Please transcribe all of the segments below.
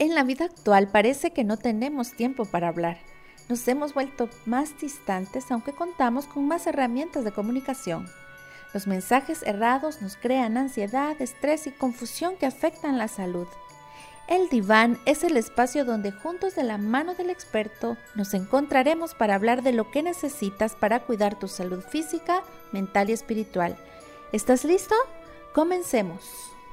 En la vida actual parece que no tenemos tiempo para hablar. Nos hemos vuelto más distantes aunque contamos con más herramientas de comunicación. Los mensajes errados nos crean ansiedad, estrés y confusión que afectan la salud. El diván es el espacio donde juntos de la mano del experto nos encontraremos para hablar de lo que necesitas para cuidar tu salud física, mental y espiritual. ¿Estás listo? Comencemos.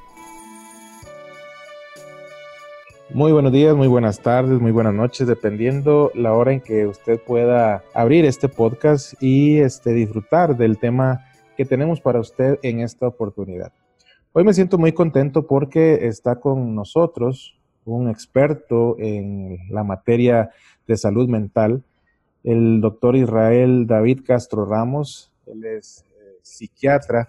Muy buenos días, muy buenas tardes, muy buenas noches, dependiendo la hora en que usted pueda abrir este podcast y disfrutar del tema que tenemos para usted en esta oportunidad. Hoy me siento muy contento porque está con nosotros un experto en la materia de salud mental, el doctor Israel David Castro Ramos. Él es psiquiatra,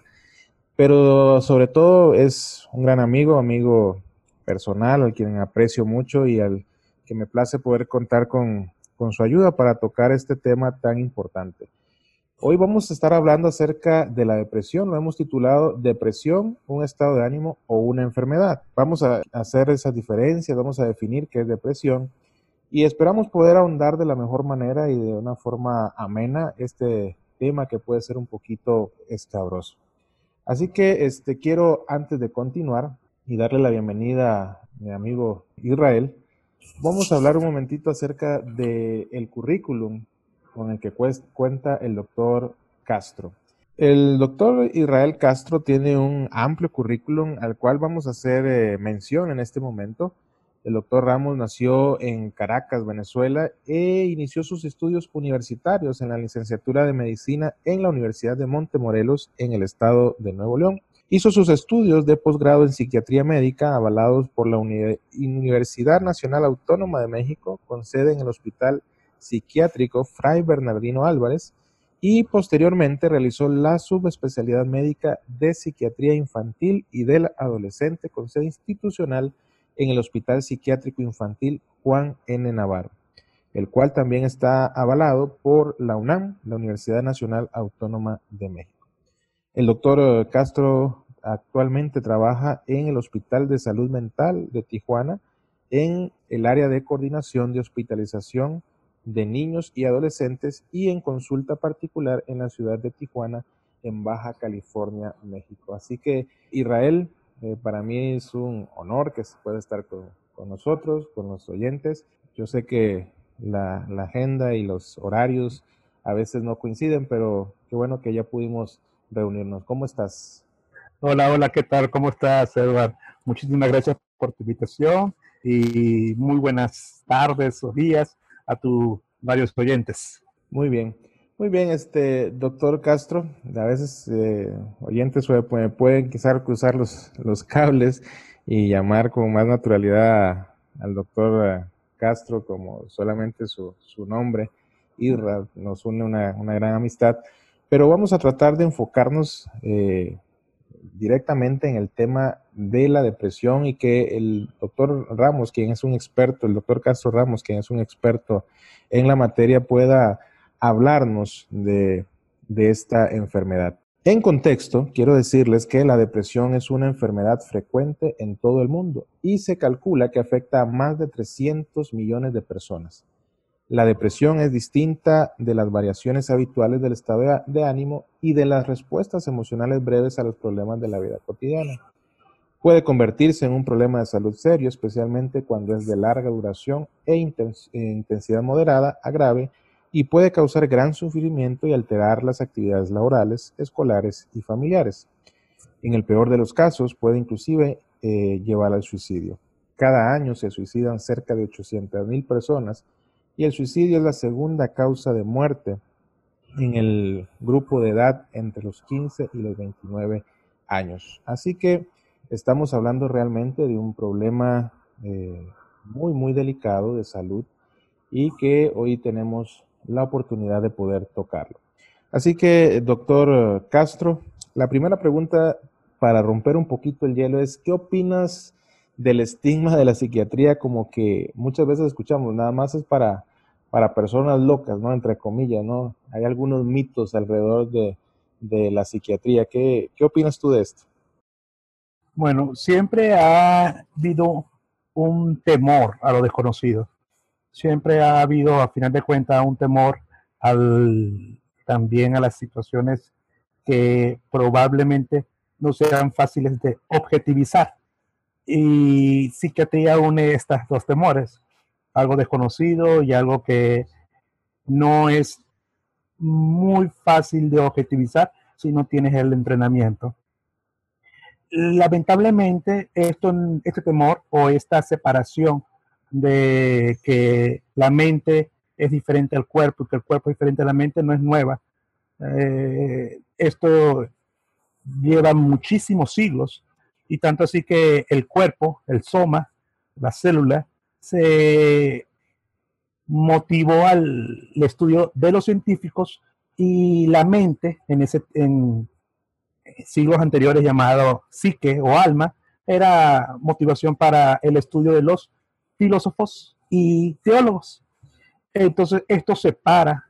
pero sobre todo es un gran amigo personal, al quien aprecio mucho y al que me place poder contar con su ayuda para tocar este tema tan importante. Hoy vamos a estar hablando acerca de la depresión. Lo hemos titulado Depresión, un estado de ánimo o una enfermedad. Vamos a hacer esas diferencias, vamos a definir qué es depresión y esperamos poder ahondar de la mejor manera y de una forma amena este tema que puede ser un poquito escabroso. Así que quiero, antes de continuar y darle la bienvenida a mi amigo Israel, vamos a hablar un momentito acerca del currículum con el que cuenta el doctor Castro. El doctor Israel Castro tiene un amplio currículum al cual vamos a hacer mención en este momento. El doctor Ramos nació en Caracas, Venezuela, e inició sus estudios universitarios en la licenciatura de Medicina en la Universidad de Montemorelos, en el estado de Nuevo León. Hizo sus estudios de posgrado en psiquiatría médica avalados por la Universidad Nacional Autónoma de México, con sede en el Hospital Psiquiátrico Fray Bernardino Álvarez, y posteriormente realizó la subespecialidad médica de psiquiatría infantil y del adolescente con sede institucional en el Hospital Psiquiátrico Infantil Juan N. Navarro, el cual también está avalado por la UNAM, la Universidad Nacional Autónoma de México. El doctor Castro actualmente trabaja en el Hospital de Salud Mental de Tijuana, en el área de coordinación de hospitalización de niños y adolescentes y en consulta particular en la ciudad de Tijuana, en Baja California, México. Así que, Israel, para mí es un honor que se pueda estar con nosotros, con los oyentes. Yo sé que la agenda y los horarios a veces no coinciden, pero qué bueno que ya pudimos reunirnos. ¿Cómo estás? Hola, ¿qué tal? ¿Cómo estás, Edward? Muchísimas gracias por tu invitación y muy buenas tardes o días a tus varios oyentes. Muy bien, doctor Castro. A veces oyentes pueden quizás cruzar los cables y llamar con más naturalidad al doctor Castro como solamente su nombre. Irra, nos une una gran amistad, pero vamos a tratar de enfocarnos directamente en el tema de la depresión y que el doctor Ramos, quien es un experto, el doctor Castro Ramos, quien es un experto en la materia, pueda hablarnos de esta enfermedad. En contexto, quiero decirles que la depresión es una enfermedad frecuente en todo el mundo y se calcula que afecta a más de 300 millones de personas. La depresión es distinta de las variaciones habituales del estado de ánimo y de las respuestas emocionales breves a los problemas de la vida cotidiana. Puede convertirse en un problema de salud serio, especialmente cuando es de larga duración e intensidad moderada a grave, y puede causar gran sufrimiento y alterar las actividades laborales, escolares y familiares. En el peor de los casos, puede inclusive llevar al suicidio. Cada año se suicidan cerca de 800,000 personas, y el suicidio es la segunda causa de muerte en el grupo de edad entre los 15 y los 29 años. Así que estamos hablando realmente de un problema muy delicado de salud y que hoy tenemos la oportunidad de poder tocarlo. Así que, doctor Castro, la primera pregunta para romper un poquito el hielo es, ¿qué opinas del estigma de la psiquiatría? Como que muchas veces escuchamos, nada más es para personas locas, ¿no? Entre comillas, ¿no? Hay algunos mitos alrededor de la psiquiatría. ¿Qué opinas tú de esto? Bueno, siempre ha habido un temor a lo desconocido. Siempre ha habido, a final de cuentas, un temor también a las situaciones que probablemente no sean fáciles de objetivizar. Y psiquiatría une estos dos temores, algo desconocido y algo que no es muy fácil de objetivizar si no tienes el entrenamiento. Lamentablemente, este temor o esta separación de que la mente es diferente al cuerpo y que el cuerpo es diferente a la mente no es nueva. Esto lleva muchísimos siglos, y tanto así que el cuerpo, el soma, la célula, se motivó al estudio de los científicos, y la mente en siglos anteriores llamado psique o alma era motivación para el estudio de los filósofos y teólogos. Entonces esto separa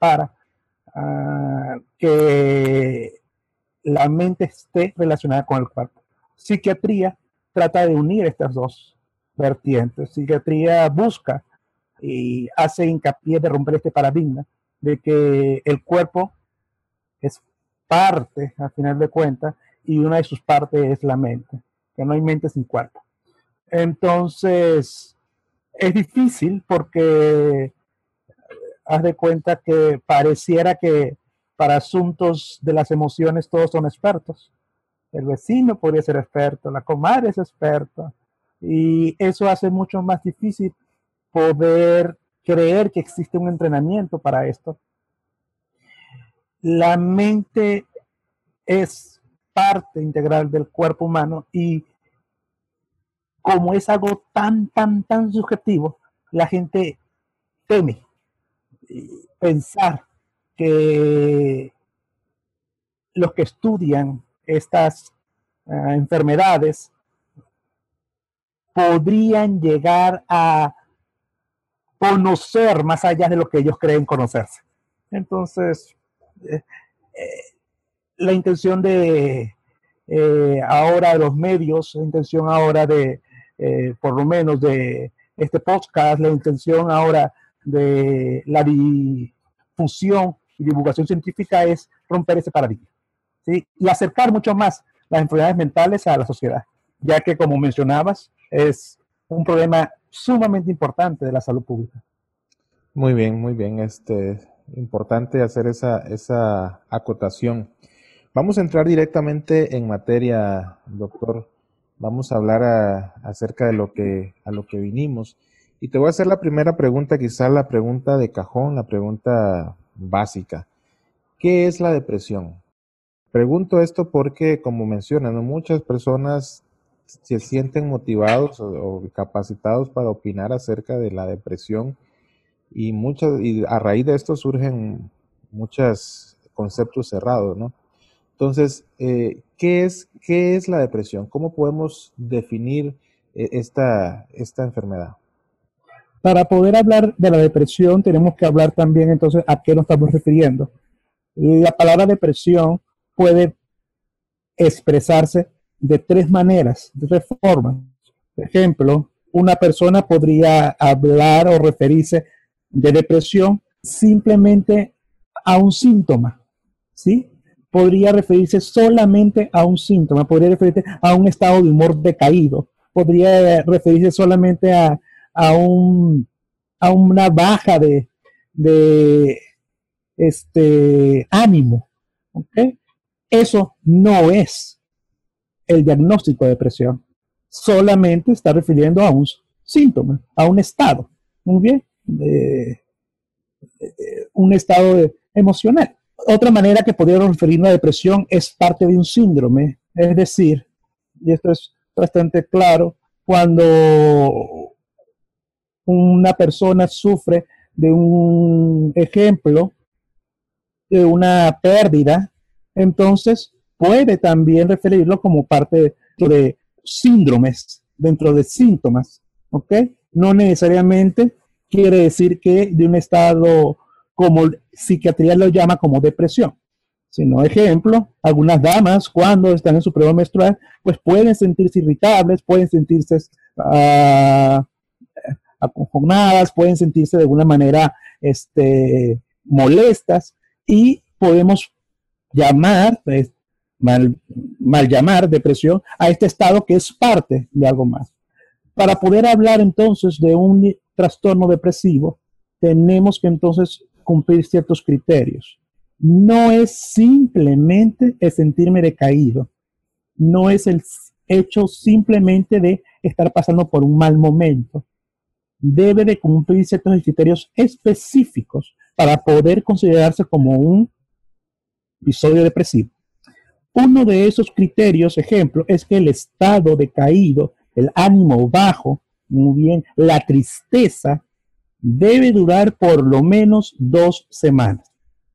que la mente esté relacionada con el cuerpo. Psiquiatría trata de unir estas dos vertientes. Psiquiatría busca y hace hincapié de romper este paradigma de que el cuerpo es parte, al final de cuentas, y una de sus partes es la mente, que no hay mente sin cuerpo. Entonces, es difícil porque haz de cuenta que pareciera que para asuntos de las emociones todos son expertos. El vecino podría ser experto, la comadre es experta, y eso hace mucho más difícil poder creer que existe un entrenamiento para esto. La mente es parte integral del cuerpo humano, y como es algo tan subjetivo, la gente teme pensar que los que estudian estas enfermedades podrían llegar a conocer más allá de lo que ellos creen conocerse. Entonces, la intención de ahora de los medios, la intención ahora de, por lo menos de este podcast, la intención ahora de la difusión y divulgación científica es romper ese paradigma, ¿sí? Y acercar mucho más las enfermedades mentales a la sociedad, ya que, como mencionabas, es un problema sumamente importante de la salud pública. Muy bien, importante hacer esa acotación. Vamos a entrar directamente en materia, doctor. Vamos a hablar acerca de a lo que vinimos. Y te voy a hacer la primera pregunta, quizá la pregunta de cajón, la pregunta básica. ¿Qué es la depresión? Pregunto esto porque, como mencionan, muchas personas se sienten motivados o capacitados para opinar acerca de la depresión, y a raíz de esto surgen muchos conceptos cerrados, ¿no? Entonces, ¿qué es la depresión? ¿Cómo podemos definir esta enfermedad? Para poder hablar de la depresión, tenemos que hablar también entonces a qué nos estamos refiriendo. La palabra depresión puede expresarse de tres maneras, de tres formas. Por ejemplo, una persona podría hablar o referirse de depresión simplemente a un síntoma, ¿sí? Podría referirse solamente a un síntoma, podría referirse a un estado de humor decaído, podría referirse solamente a una baja de ánimo, ¿okay? Eso no es el diagnóstico de depresión, solamente está refiriendo a un síntoma, a un estado, muy bien, un estado emocional. Otra manera que podríamos referirnos a depresión es parte de un síndrome, es decir, y esto es bastante claro, cuando una persona sufre de un ejemplo, de una pérdida, entonces puede también referirlo como parte de síndromes, dentro de síntomas, ¿ok? No necesariamente quiere decir que de un estado como psiquiatría lo llama como depresión, Sino, ejemplo, algunas damas cuando están en su periodo menstrual, pues pueden sentirse irritables, pueden sentirse acongojadas, pueden sentirse de alguna manera molestas, y podemos llamar, mal llamar depresión a este estado que es parte de algo más. Para poder hablar entonces de un trastorno depresivo, tenemos que entonces cumplir ciertos criterios. No es simplemente el sentirme decaído, no es el hecho simplemente de estar pasando por un mal momento. Debe de cumplir ciertos criterios específicos para poder considerarse como un episodio depresivo. Uno de esos criterios, ejemplo, es que el estado decaído, el ánimo bajo, muy bien, la tristeza, debe durar por lo menos 2 semanas.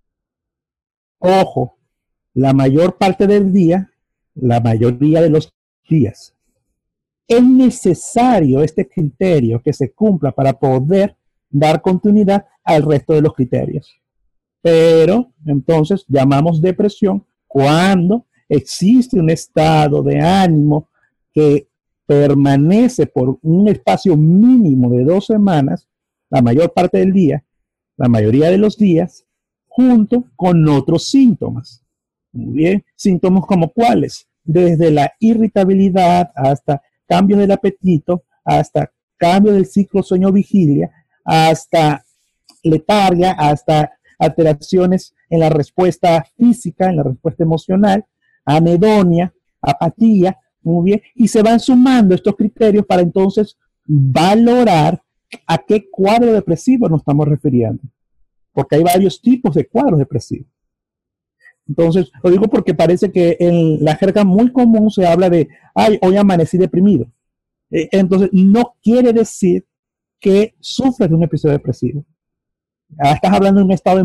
Ojo, la mayor parte del día, la mayoría de los días. Es necesario este criterio que se cumpla para poder dar continuidad al resto de los criterios. Pero entonces llamamos depresión cuando existe un estado de ánimo que permanece por un espacio mínimo de 2 semanas, la mayor parte del día, la mayoría de los días, junto con otros síntomas. Muy bien, síntomas como cuáles, desde la irritabilidad hasta cambios del apetito, hasta cambio del ciclo sueño-vigilia, hasta letargia, hasta alteraciones en la respuesta física, en la respuesta emocional, anedonia, apatía, muy bien, y se van sumando estos criterios para entonces valorar a qué cuadro depresivo nos estamos refiriendo, porque hay varios tipos de cuadros depresivos. Entonces, lo digo porque parece que en la jerga muy común se habla de, ay, hoy amanecí deprimido. Entonces, no quiere decir que sufres de un episodio depresivo. Estás hablando de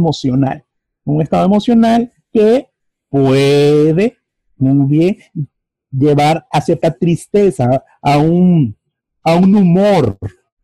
un estado emocional que puede muy bien llevar a cierta tristeza, a un humor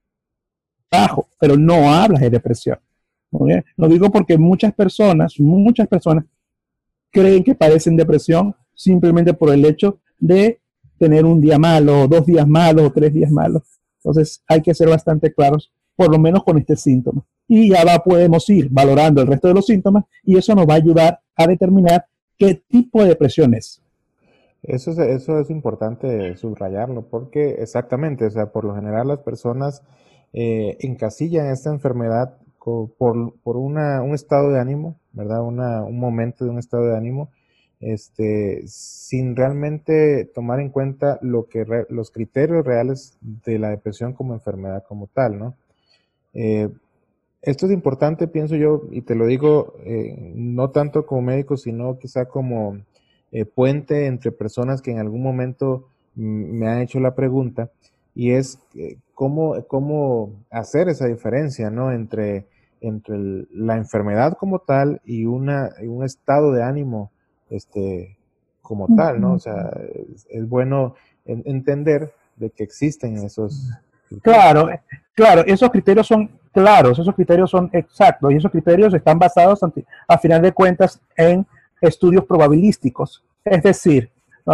bajo, pero no hablas de depresión. ¿Okay? Lo digo porque muchas personas creen que padecen depresión simplemente por el hecho de tener un día malo, 2 días malos o 3 días malos. Entonces hay que ser bastante claros, por lo menos con este síntoma. Y ya podemos ir valorando el resto de los síntomas y eso nos va a ayudar a determinar qué tipo de depresión es. Eso es importante subrayarlo porque exactamente, o sea, por lo general las personas encasillan esta enfermedad por un estado de ánimo, ¿verdad? Un momento de un estado de ánimo, sin realmente tomar en cuenta los criterios reales de la depresión como enfermedad como tal, ¿no? Esto es importante, pienso yo, y te lo digo no tanto como médico, sino quizá como puente entre personas que en algún momento me han hecho la pregunta, y es cómo hacer esa diferencia, ¿no? entre la enfermedad como tal y un estado de ánimo como tal, ¿no? O sea, es bueno entender de que existen esos criterios. Claro, esos criterios son claros, esos criterios son exactos y esos criterios están basados a final de cuentas en estudios probabilísticos. Es decir,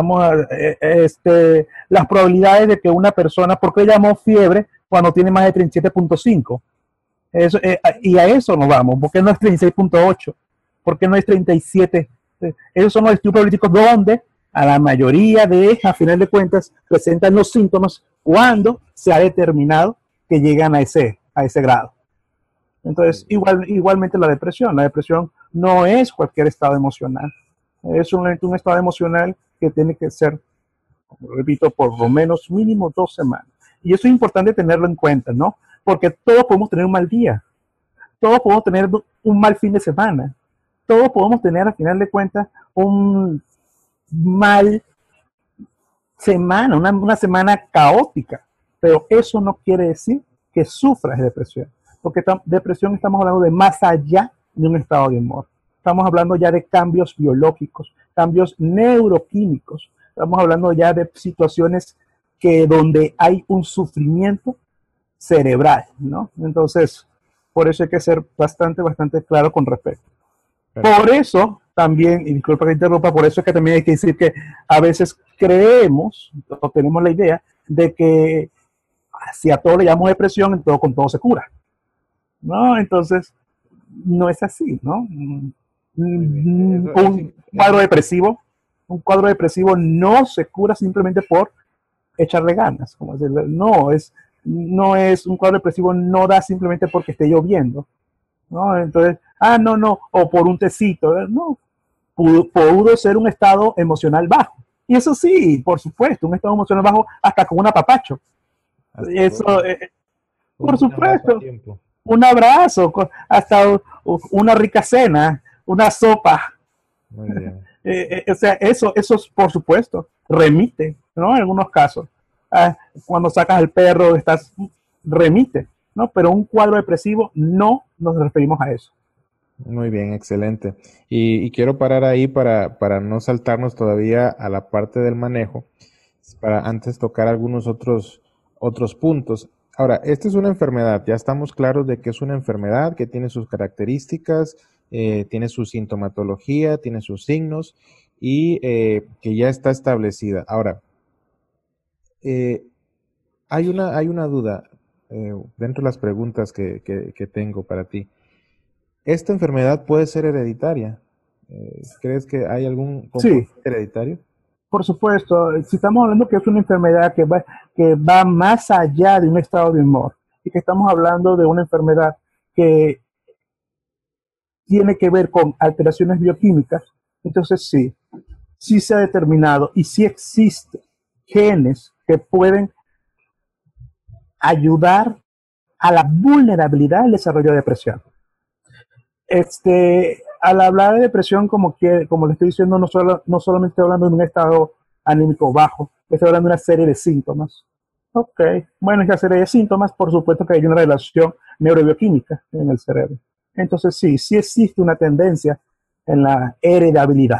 las probabilidades de que una persona, ¿por qué llamó fiebre cuando tiene más de 37.5? Y a eso nos vamos. ¿Por qué no es 36.8? ¿Por qué no es 37? Esos son los estudios probabilísticos donde a la mayoría a final de cuentas, presentan los síntomas cuando se ha determinado que llegan a ese grado. Entonces, igualmente la depresión no es cualquier estado emocional. Es un estado emocional que tiene que ser, como repito, por lo menos mínimo 2 semanas. Y eso es importante tenerlo en cuenta, ¿no? Porque todos podemos tener un mal día, todos podemos tener un mal fin de semana, todos podemos tener, a final de cuentas, un mal semana, una semana caótica, pero eso no quiere decir que sufras de depresión, porque depresión estamos hablando de más allá de un estado de humor. Estamos hablando ya de cambios biológicos, cambios neuroquímicos, estamos hablando ya de situaciones donde hay un sufrimiento cerebral, ¿no? Entonces, por eso hay que ser bastante claro con respecto. Por eso también, y disculpa que interrumpa, por eso es que también hay que decir que a veces creemos o tenemos la idea de que si a todo le llamamos depresión, entonces con todo se cura, ¿no? Entonces, no es así, ¿no? Muy bien. Un cuadro depresivo, un cuadro depresivo no se cura simplemente por echarle ganas, como decirlo. No es un cuadro depresivo, no da simplemente porque esté lloviendo, ¿no? Entonces, no, o por un tecito, no, pudo ser un estado emocional bajo. Y eso sí, por supuesto, un estado emocional bajo hasta con un apapacho. Eso, por supuesto, un abrazo, hasta una rica cena, una sopa. Muy bien. O sea, eso por supuesto remite, ¿no? En algunos casos. Cuando sacas al perro, remite, ¿no? Pero un cuadro depresivo no nos referimos a eso. Muy bien, excelente. Y quiero parar ahí para no saltarnos todavía a la parte del manejo, para antes tocar algunos otros puntos. Ahora, esta es una enfermedad, ya estamos claros de que es una enfermedad que tiene sus características, tiene su sintomatología, tiene sus signos y que ya está establecida. Ahora, hay una duda dentro de las preguntas que tengo para ti. ¿Esta enfermedad puede ser hereditaria? ¿Crees que hay algún componente hereditario? Por supuesto, si estamos hablando que es una enfermedad que va más allá de un estado de humor y que estamos hablando de una enfermedad que tiene que ver con alteraciones bioquímicas, entonces sí se ha determinado y sí existen genes que pueden ayudar a la vulnerabilidad del desarrollo de depresión. Al hablar de depresión, como le estoy diciendo, no solamente estoy hablando de un estado anímico bajo, estoy hablando de una serie de síntomas. Ok, bueno, esa serie de síntomas, por supuesto que hay una relación neurobioquímica en el cerebro. Entonces sí existe una tendencia en la heredabilidad.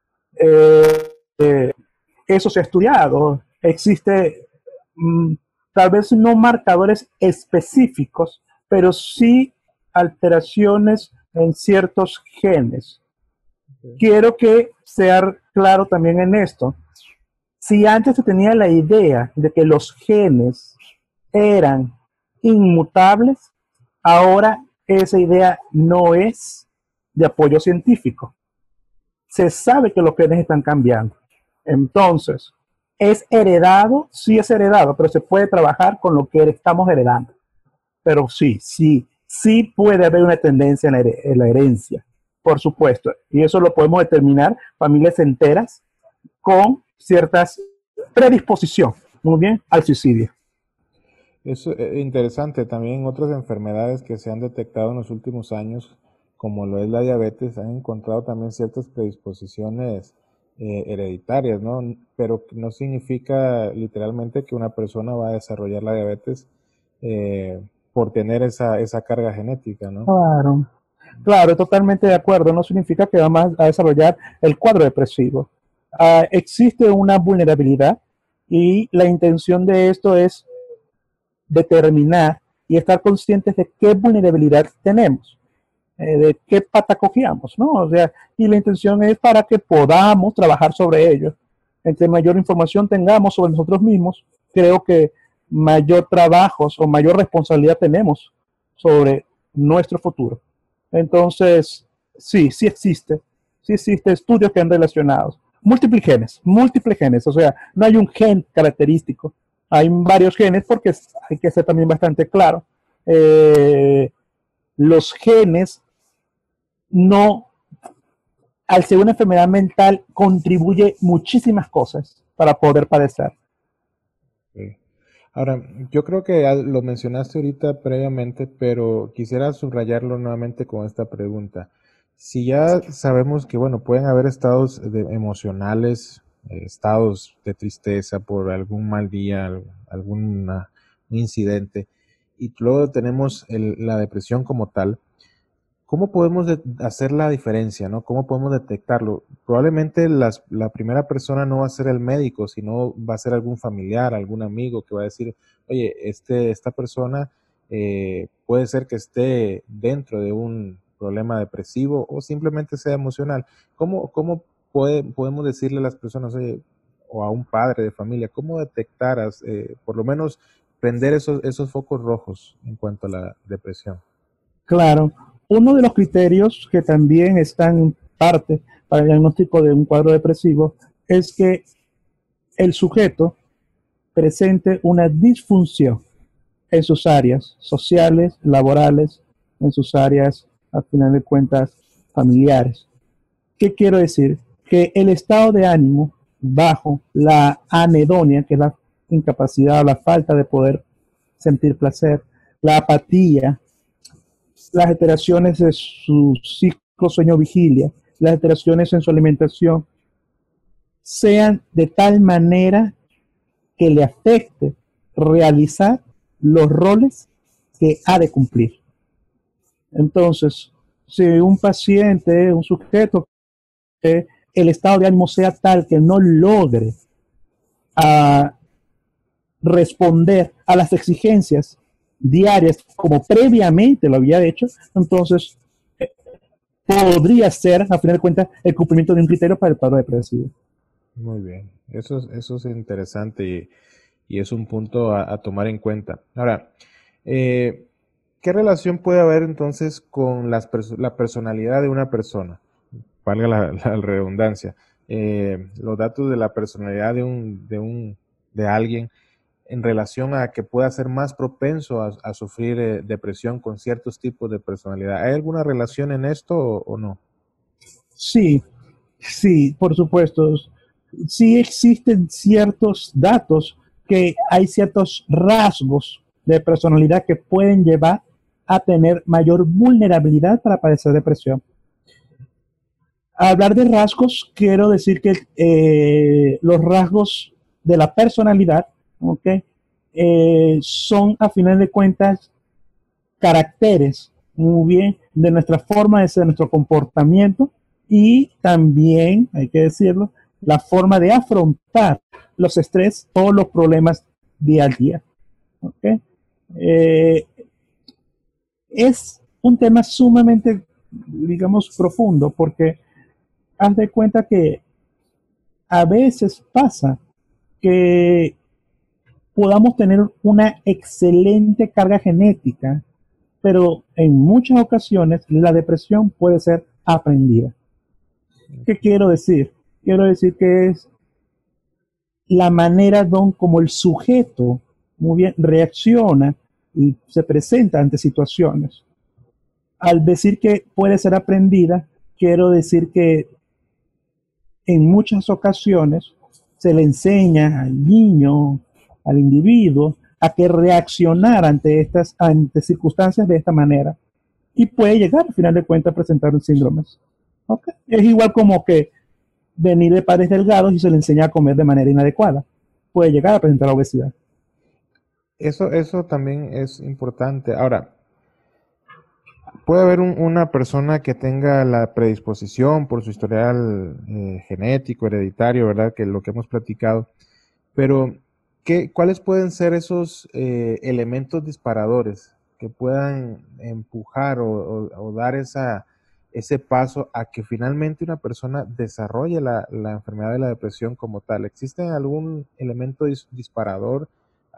Eso se ha estudiado. Existe tal vez no marcadores específicos, pero sí alteraciones en ciertos genes. Quiero que sea claro también en esto. Si antes se tenía la idea de que los genes eran inmutables, ahora esa idea no es de apoyo científico. Se sabe que los genes están cambiando. Entonces, ¿es heredado? Sí es heredado, pero se puede trabajar con lo que estamos heredando. Pero sí puede haber una tendencia en la herencia, por supuesto. Y eso lo podemos determinar familias enteras con ciertas predisposición, muy bien, al suicidio. Es interesante. También otras enfermedades que se han detectado en los últimos años, como lo es la diabetes, han encontrado también ciertas predisposiciones hereditarias, ¿no? Pero no significa literalmente que una persona va a desarrollar la diabetes por tener esa carga genética, ¿no? Claro, totalmente de acuerdo. No significa que vamos a desarrollar el cuadro depresivo. Existe una vulnerabilidad y la intención de esto es determinar y estar conscientes de qué vulnerabilidad tenemos, de qué pata cojeamos, ¿no? O sea, y la intención es para que podamos trabajar sobre ello. Entre mayor información tengamos sobre nosotros mismos, creo que mayor trabajo o mayor responsabilidad tenemos sobre nuestro futuro. Entonces, sí existe estudios que han relacionado múltiples genes, o sea, no hay un gen característico, hay varios genes porque hay que ser también bastante claro. Los genes no, al ser una enfermedad mental, contribuye muchísimas cosas para poder padecer. Okay. Ahora, yo creo que lo mencionaste ahorita previamente, pero quisiera subrayarlo nuevamente con esta pregunta. Si ya sabemos que, bueno, pueden haber estados emocionales, estados de tristeza por algún mal día, algún incidente, y luego tenemos la depresión como tal, ¿cómo podemos hacer la diferencia, ¿no? ¿Cómo podemos detectarlo? Probablemente la primera persona no va a ser el médico, sino va a ser algún familiar, algún amigo que va a decir, oye, esta persona puede ser que esté dentro de problema depresivo o simplemente sea emocional. ¿Cómo podemos decirle a las personas, oye, o a un padre de familia, cómo detectar, por lo menos prender esos focos rojos en cuanto a la depresión? Claro, uno de los criterios que también están en parte para el diagnóstico de un cuadro depresivo es que el sujeto presente una disfunción en sus áreas sociales, laborales, en sus áreas, al final de cuentas, familiares. ¿Qué quiero decir? Que el estado de ánimo bajo la anedonia, que es la incapacidad o la falta de poder sentir placer, la apatía, las alteraciones de su ciclo sueño-vigilia, las alteraciones en su alimentación, sean de tal manera que le afecte realizar los roles que ha de cumplir. Entonces, si un paciente, un sujeto, el estado de ánimo sea tal que no logre responder a las exigencias diarias como previamente lo había hecho, entonces podría ser, a final de cuentas, el cumplimiento de un criterio para el cuadro depresivo. Muy bien, eso es interesante y es un punto a tomar en cuenta. Ahora, ¿qué relación puede haber entonces con la personalidad de una persona? Valga la redundancia. Los datos de la personalidad de alguien en relación a que pueda ser más propenso a sufrir depresión con ciertos tipos de personalidad. ¿Hay alguna relación en esto o no? Sí, sí, por supuesto. Sí existen ciertos datos que hay ciertos rasgos de personalidad que pueden llevar a tener mayor vulnerabilidad para padecer depresión. Al hablar de rasgos, quiero decir que los rasgos de la personalidad, ¿okay? Son a final de cuentas caracteres, muy bien, de nuestra forma de ser, nuestro comportamiento y también, hay que decirlo, la forma de afrontar los estrés o los problemas día a día. ¿Okay? Es un tema sumamente, digamos, profundo porque haz de cuenta que a veces pasa que podamos tener una excelente carga genética, pero en muchas ocasiones la depresión puede ser aprendida. ¿Qué quiero decir? Quiero decir que es la manera como el sujeto muy bien reacciona y se presenta ante situaciones. Al decir que puede ser aprendida, quiero decir que en muchas ocasiones se le enseña al niño, al individuo, a que reaccionar ante circunstancias de esta manera y puede llegar al final de cuentas a presentar síndromes. ¿Okay? Es igual como que venir de padres delgados y se le enseña a comer de manera inadecuada. Puede llegar a presentar obesidad. Eso también es importante. Ahora, puede haber una persona que tenga la predisposición por su historial genético, hereditario, ¿verdad? Que lo que hemos platicado. Pero, ¿cuáles pueden ser esos elementos disparadores que puedan empujar o dar ese paso a que finalmente una persona desarrolle la enfermedad de la depresión como tal? ¿Existe algún elemento disparador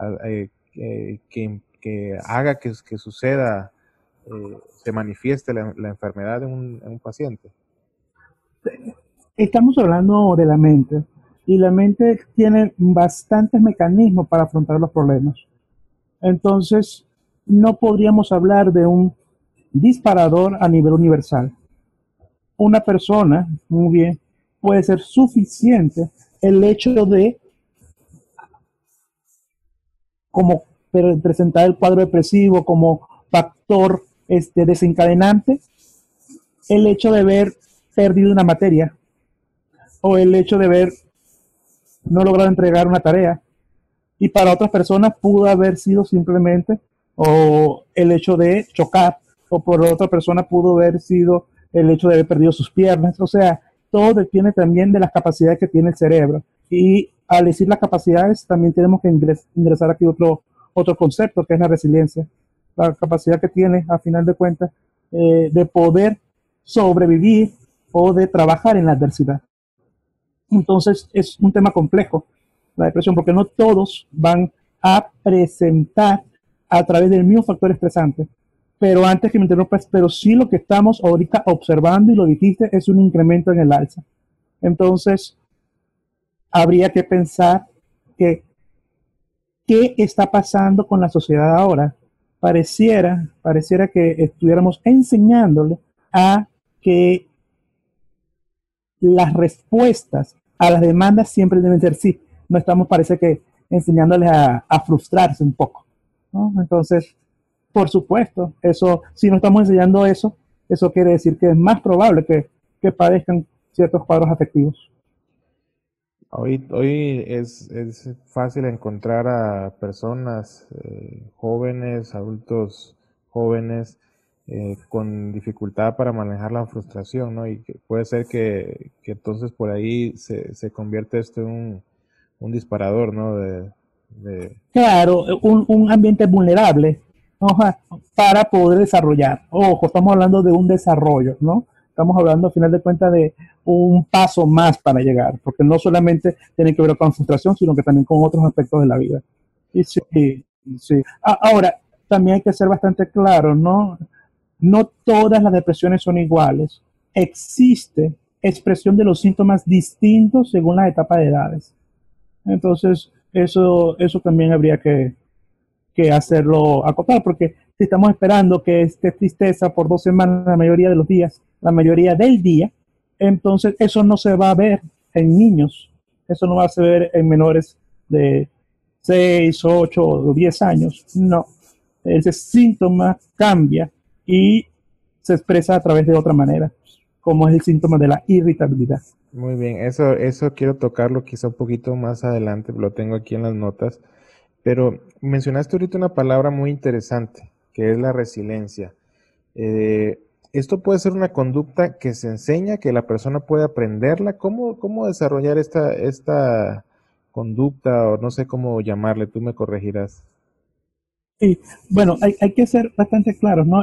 que haga que suceda, se manifieste la enfermedad en un paciente? Estamos hablando de la mente y la mente tiene bastantes mecanismos para afrontar los problemas. Entonces, no podríamos hablar de un disparador a nivel universal. Una persona, muy bien, puede ser suficiente el hecho de como presentar el cuadro depresivo como factor desencadenante, el hecho de haber perdido una materia o el hecho de haber no logrado entregar una tarea, y para otras personas pudo haber sido simplemente o el hecho de chocar, o por otra persona pudo haber sido el hecho de haber perdido sus piernas. O sea, todo depende también de las capacidades que tiene el cerebro. Y al decir las capacidades, también tenemos que ingresar aquí otro concepto, que es la resiliencia. La capacidad que tiene, a final de cuentas, de poder sobrevivir o de trabajar en la adversidad. Entonces es un tema complejo, la depresión, porque no todos van a presentar a través del mismo factor estresante. Pero antes que me interrumpas, pero sí lo que estamos ahorita observando, y lo dijiste, es un incremento en el alza. Entonces, habría que pensar que qué está pasando con la sociedad ahora. Pareciera que estuviéramos enseñándole a que las respuestas a las demandas siempre deben ser sí. No estamos, parece que, enseñándoles a frustrarse un poco, ¿no? Entonces, por supuesto, eso, si no estamos enseñando eso, eso quiere decir que es más probable que padezcan ciertos cuadros afectivos. Hoy es fácil encontrar a personas jóvenes, adultos jóvenes, con dificultad para manejar la frustración, ¿no? Y que puede ser que entonces por ahí se convierte esto en un disparador, ¿no? Claro, un ambiente vulnerable, ¿no? Para poder desarrollar. Ojo, estamos hablando de un desarrollo, ¿no? Estamos hablando, al final de cuentas, de un paso más para llegar, porque no solamente tiene que ver con frustración, sino que también con otros aspectos de la vida. Y sí, sí. Ahora, también hay que ser bastante claro, ¿no? No todas las depresiones son iguales. Existe expresión de los síntomas distintos según las etapas de edades. Entonces, eso también habría que hacerlo acotar, porque si estamos esperando que esté tristeza por 2 semanas la mayoría de los días, la mayoría del día, entonces eso no se va a ver en niños, eso no va a se ver en menores de 6, 8 o 10 años, no. Ese síntoma cambia y se expresa a través de otra manera, como es el síntoma de la irritabilidad. Muy bien, eso quiero tocarlo quizá un poquito más adelante, lo tengo aquí en las notas, pero mencionaste ahorita una palabra muy interesante, que es la resiliencia. Eh, Esto puede ser una conducta que se enseña, que la persona puede aprenderla. ¿Cómo desarrollar esta conducta o no sé cómo llamarle? Tú me corregirás. Sí, bueno, hay que ser bastante claros, ¿no?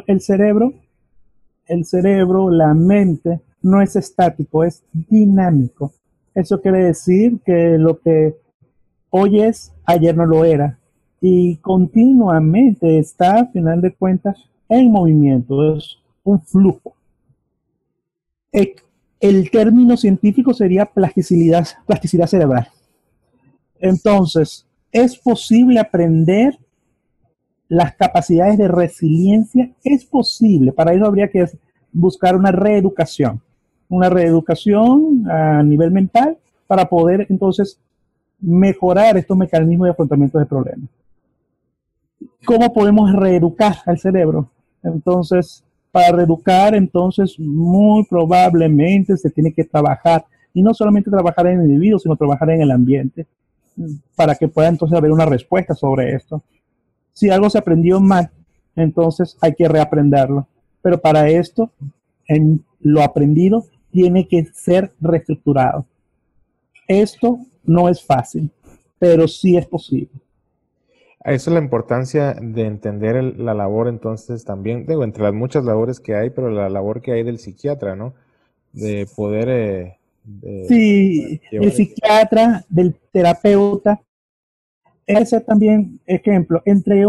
El cerebro, la mente, no es estático, es dinámico. Eso quiere decir que lo que hoy es, ayer no lo era. Y continuamente está, al final de cuentas, en movimiento, es un flujo. El, el término científico sería plasticidad cerebral. Entonces, es posible aprender las capacidades de resiliencia, es posible. Para eso habría que buscar una reeducación a nivel mental para poder entonces mejorar estos mecanismos de afrontamiento de problemas. ¿Cómo podemos reeducar al cerebro? Entonces, para reeducar, entonces, muy probablemente se tiene que trabajar, y no solamente trabajar en el individuo, sino trabajar en el ambiente, para que pueda entonces haber una respuesta sobre esto. Si algo se aprendió mal, entonces hay que reaprenderlo. Pero para esto, en lo aprendido tiene que ser reestructurado. Esto no es fácil, pero sí es posible. Eso es la importancia de entender la labor entonces también, digo, entre las muchas labores que hay, pero la labor que hay del psiquiatra, ¿no? De poder Sí, el psiquiatra, del terapeuta, ese también ejemplo,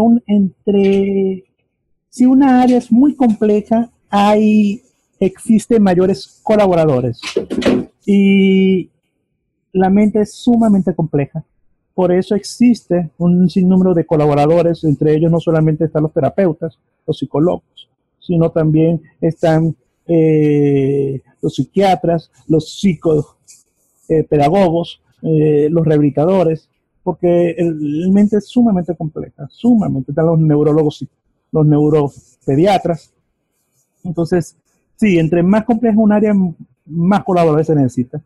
si una área es muy compleja, existen mayores colaboradores y la mente es sumamente compleja. Por eso existe un sinnúmero de colaboradores, entre ellos no solamente están los terapeutas, los psicólogos, sino también están los psiquiatras, los psicopedagogos, los rehabilitadores, porque la mente es sumamente compleja, sumamente. Están los neurólogos, los neuropediatras. Entonces, sí, entre más compleja un área, más colaboradores se necesita.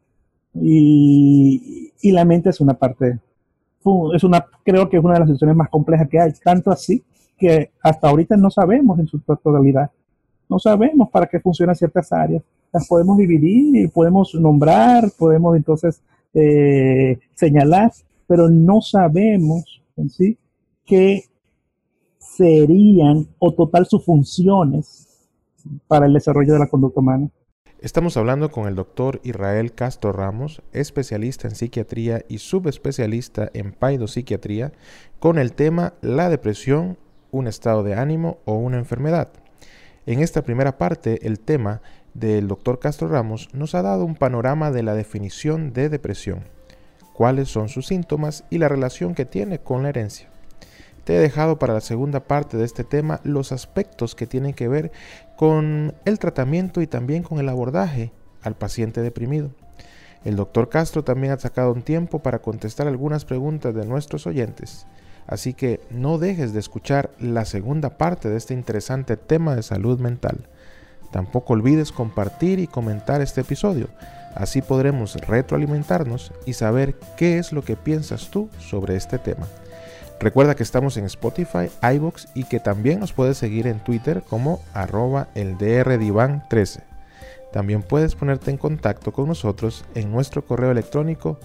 Y la mente es una parte, creo que es una de las situaciones más complejas que hay, tanto así que hasta ahorita no sabemos en su totalidad, no sabemos para qué funcionan ciertas áreas, las podemos dividir, podemos nombrar, podemos entonces señalar, pero no sabemos en sí qué serían o total sus funciones para el desarrollo de la conducta humana. Estamos hablando con el doctor Israel Castro Ramos, especialista en psiquiatría y subespecialista en paidopsiquiatría, con el tema la depresión, un estado de ánimo o una enfermedad. En esta primera parte, el tema del doctor Castro Ramos nos ha dado un panorama de la definición de depresión, cuáles son sus síntomas y la relación que tiene con la herencia. Te he dejado para la segunda parte de este tema los aspectos que tienen que ver con el tratamiento y también con el abordaje al paciente deprimido. El doctor Castro también ha sacado un tiempo para contestar algunas preguntas de nuestros oyentes, así que no dejes de escuchar la segunda parte de este interesante tema de salud mental. Tampoco olvides compartir y comentar este episodio, así podremos retroalimentarnos y saber qué es lo que piensas tú sobre este tema. Recuerda que estamos en Spotify, iVoox y que también nos puedes seguir en Twitter como @eldrdivan13. También puedes ponerte en contacto con nosotros en nuestro correo electrónico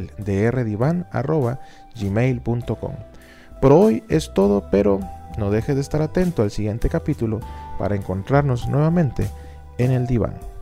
eldrdivan@gmail.com. Por hoy es todo, pero no dejes de estar atento al siguiente capítulo para encontrarnos nuevamente en el diván.